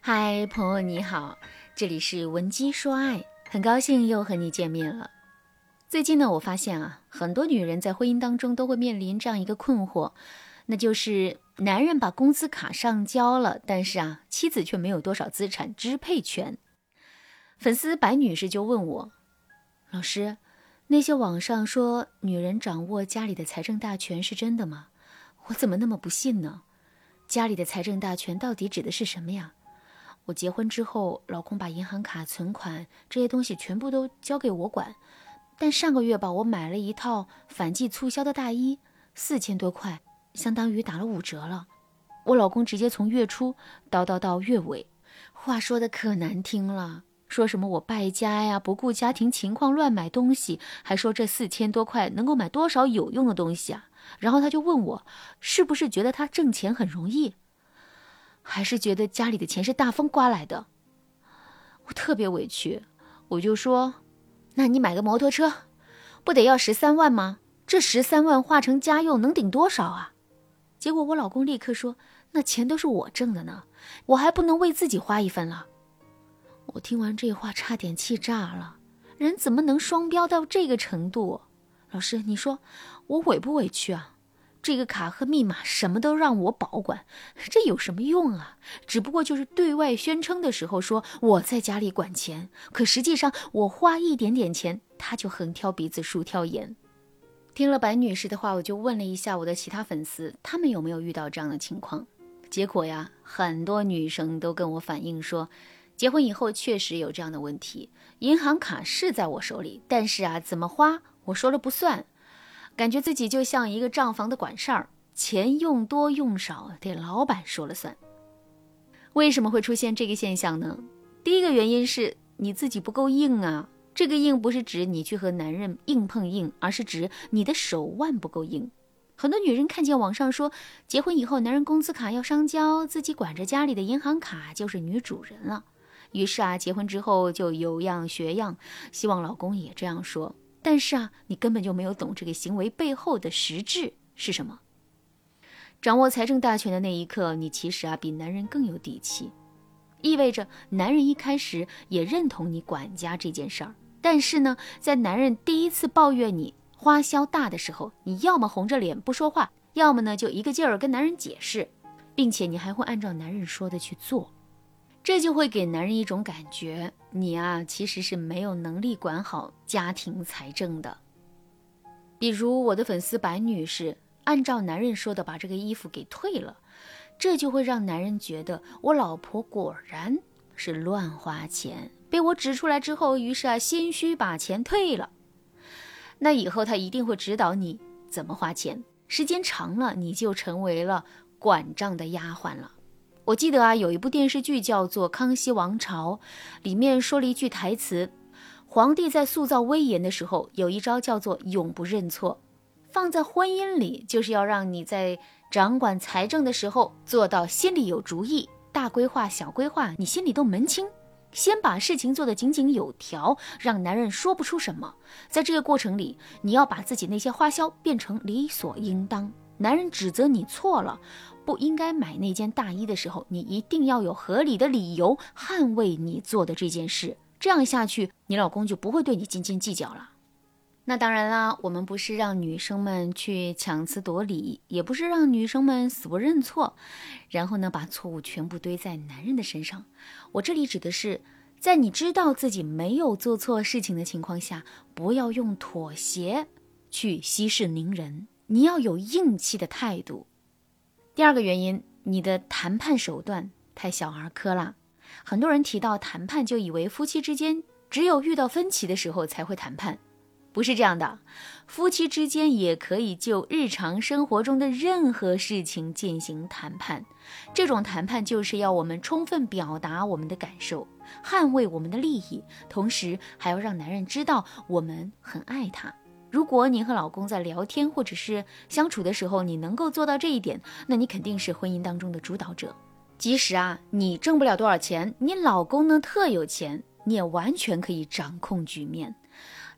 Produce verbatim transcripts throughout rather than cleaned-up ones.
嗨，朋友你好，这里是文姬说爱，很高兴又和你见面了。最近呢，我发现啊，很多女人在婚姻当中都会面临这样一个困惑，那就是男人把工资卡上交了，但是啊，妻子却没有多少资产支配权。粉丝白女士就问我，老师，那些网上说女人掌握家里的财政大权是真的吗？我怎么那么不信呢？家里的财政大权到底指的是什么呀？我结婚之后，老公把银行卡、存款这些东西全部都交给我管，但上个月吧，我买了一套反季促销的大衣，四千多块，相当于打了五折了。我老公直接从月初叨叨到月尾，话说的可难听了，说什么我败家呀，不顾家庭情况乱买东西，还说这四千多块能够买多少有用的东西啊。然后他就问我，是不是觉得他挣钱很容易？还是觉得家里的钱是大风刮来的？我特别委屈，我就说，那你买个摩托车，不得要十三万吗？这十三万化成家用能顶多少啊？结果我老公立刻说，那钱都是我挣的呢，我还不能为自己花一分了。我听完这话差点气炸了，人怎么能双标到这个程度？老师，你说我委不委屈啊？这个卡和密码什么都让我保管，这有什么用啊？只不过就是对外宣称的时候说我在家里管钱，可实际上我花一点点钱，他就横挑鼻子竖挑眼。听了白女士的话，我就问了一下我的其他粉丝，他们有没有遇到这样的情况？结果呀，很多女生都跟我反映说，结婚以后确实有这样的问题，银行卡是在我手里，但是啊，怎么花我说了不算，感觉自己就像一个账房的管事儿，钱用多用少得老板说了算。为什么会出现这个现象呢？第一个原因是你自己不够硬啊，这个硬不是指你去和男人硬碰硬，而是指你的手腕不够硬。很多女人看见网上说结婚以后男人工资卡要上交，自己管着家里的银行卡就是女主人了，于是啊，结婚之后就有样学样，希望老公也这样说。但是啊，你根本就没有懂这个行为背后的实质是什么。掌握财政大权的那一刻，你其实啊比男人更有底气，意味着男人一开始也认同你管家这件事儿。但是呢，在男人第一次抱怨你花销大的时候，你要么红着脸不说话，要么呢就一个劲儿跟男人解释，并且你还会按照男人说的去做。这就会给男人一种感觉，你啊其实是没有能力管好家庭财政的。比如我的粉丝白女士，按照男人说的把这个衣服给退了，这就会让男人觉得我老婆果然是乱花钱，被我指出来之后，于是啊心虚把钱退了。那以后他一定会指导你怎么花钱，时间长了你就成为了管账的丫鬟了。我记得啊，有一部电视剧叫做《康熙王朝》，里面说了一句台词，皇帝在塑造威严的时候，有一招叫做永不认错。放在婚姻里，就是要让你在掌管财政的时候做到心里有主意，大规划小规划你心里都门清，先把事情做得井井有条，让男人说不出什么。在这个过程里，你要把自己那些花销变成理所应当，男人指责你错了，不应该买那件大衣的时候，你一定要有合理的理由捍卫你做的这件事，这样下去你老公就不会对你斤斤计较了。那当然啦，我们不是让女生们去强词夺理，也不是让女生们死不认错，然后呢把错误全部堆在男人的身上。我这里指的是，在你知道自己没有做错事情的情况下，不要用妥协去息事宁人，你要有硬气的态度。第二个原因，你的谈判手段太小儿科了。很多人提到谈判，就以为夫妻之间只有遇到分歧的时候才会谈判，不是这样的。夫妻之间也可以就日常生活中的任何事情进行谈判。这种谈判就是要我们充分表达我们的感受，捍卫我们的利益，同时还要让男人知道我们很爱他。如果你和老公在聊天或者是相处的时候，你能够做到这一点，那你肯定是婚姻当中的主导者。即使啊你挣不了多少钱，你老公呢特有钱，你也完全可以掌控局面。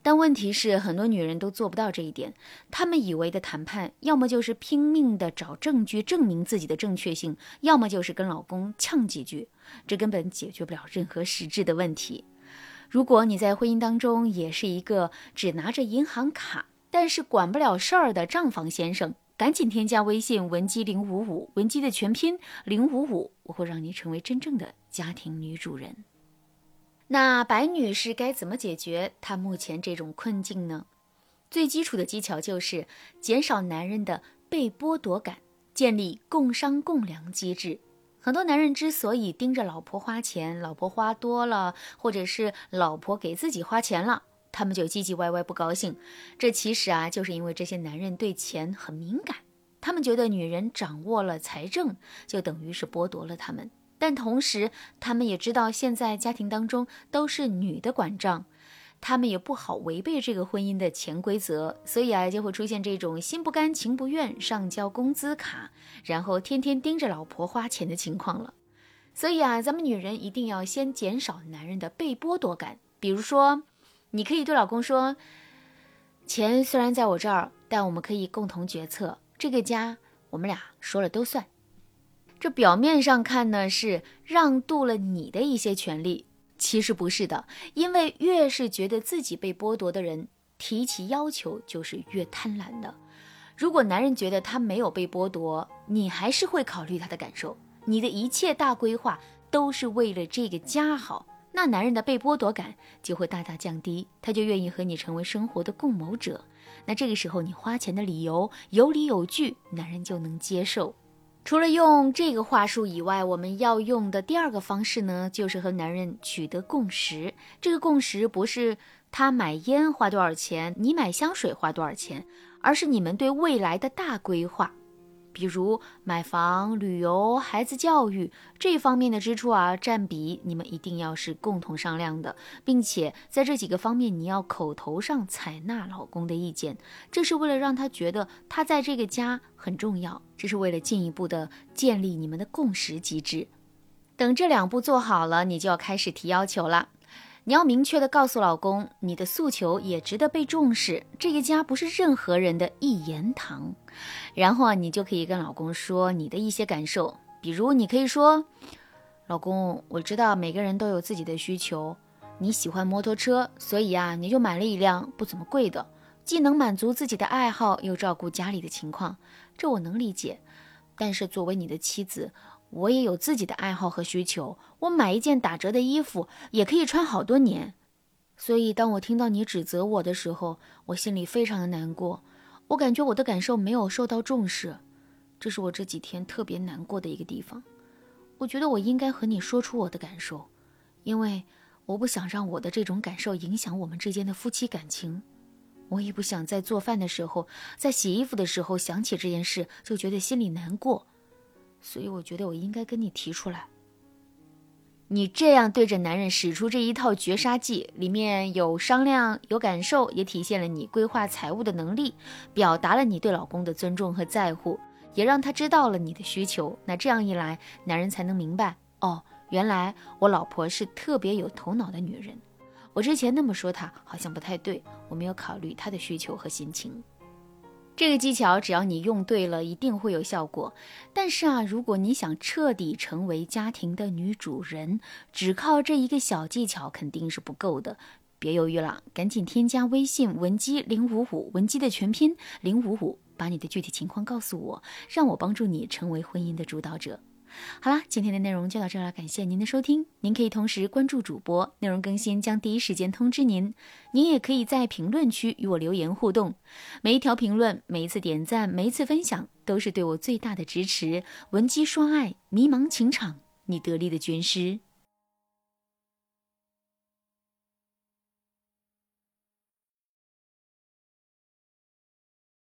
但问题是，很多女人都做不到这一点。她们以为的谈判，要么就是拼命的找证据证明自己的正确性，要么就是跟老公呛几句，这根本解决不了任何实质的问题。如果你在婚姻当中也是一个只拿着银行卡，但是管不了事儿的账房先生，赶紧添加微信文姬零五五，文姬的全拼零五五，我会让你成为真正的家庭女主人。那白女士该怎么解决她目前这种困境呢？最基础的技巧就是减少男人的被剥夺感，建立共商共量机制。很多男人之所以盯着老婆花钱，老婆花多了，或者是老婆给自己花钱了，他们就唧唧歪歪不高兴。这其实啊，就是因为这些男人对钱很敏感，他们觉得女人掌握了财政，就等于是剥夺了他们。但同时他们也知道现在家庭当中都是女的管账，他们也不好违背这个婚姻的潜规则，所以啊就会出现这种心不甘情不愿上交工资卡，然后天天盯着老婆花钱的情况了。所以啊咱们女人一定要先减少男人的被剥夺感。比如说你可以对老公说，钱虽然在我这儿，但我们可以共同决策，这个家我们俩说了都算。这表面上看呢是让渡了你的一些权利，其实不是的，因为越是觉得自己被剥夺的人，提起要求就是越贪婪的。如果男人觉得他没有被剥夺，你还是会考虑他的感受，你的一切大规划都是为了这个家好，那男人的被剥夺感就会大大降低，他就愿意和你成为生活的共谋者。那这个时候你花钱的理由有理有据，男人就能接受。除了用这个话术以外，我们要用的第二个方式呢，就是和男人取得共识。这个共识不是他买烟花多少钱，你买香水花多少钱，而是你们对未来的大规划。比如买房、旅游、孩子教育这方面的支出啊，占比你们一定要是共同商量的，并且在这几个方面你要口头上采纳老公的意见，这是为了让他觉得他在这个家很重要，这是为了进一步的建立你们的共识机制。等这两步做好了，你就要开始提要求了。你要明确的告诉老公，你的诉求也值得被重视，这个家不是任何人的一言堂。然后啊，你就可以跟老公说你的一些感受，比如你可以说，老公，我知道每个人都有自己的需求，你喜欢摩托车，所以啊，你就买了一辆不怎么贵的，既能满足自己的爱好，又照顾家里的情况，这我能理解。但是作为你的妻子，我也有自己的爱好和需求，我买一件打折的衣服也可以穿好多年。所以当我听到你指责我的时候，我心里非常的难过，我感觉我的感受没有受到重视，这是我这几天特别难过的一个地方。我觉得我应该和你说出我的感受，因为我不想让我的这种感受影响我们之间的夫妻感情。我也不想在做饭的时候，在洗衣服的时候想起这件事就觉得心里难过，所以我觉得我应该跟你提出来。你这样对着男人使出这一套绝杀技，里面有商量，有感受，也体现了你规划财务的能力，表达了你对老公的尊重和在乎，也让他知道了你的需求。那这样一来，男人才能明白，哦，原来我老婆是特别有头脑的女人，我之前那么说她好像不太对，我没有考虑她的需求和心情。这个技巧只要你用对了，一定会有效果。但是啊，如果你想彻底成为家庭的女主人，只靠这一个小技巧肯定是不够的。别犹豫了，赶紧添加微信文姬零五五，文姬的全拼零五五，把你的具体情况告诉我，让我帮助你成为婚姻的主导者。好啦，今天的内容就到这了，感谢您的收听。您可以同时关注主播，内容更新将第一时间通知您。您也可以在评论区与我留言互动，每一条评论，每一次点赞，每一次分享，都是对我最大的支持。文姬说爱，迷茫情场，你得力的军师。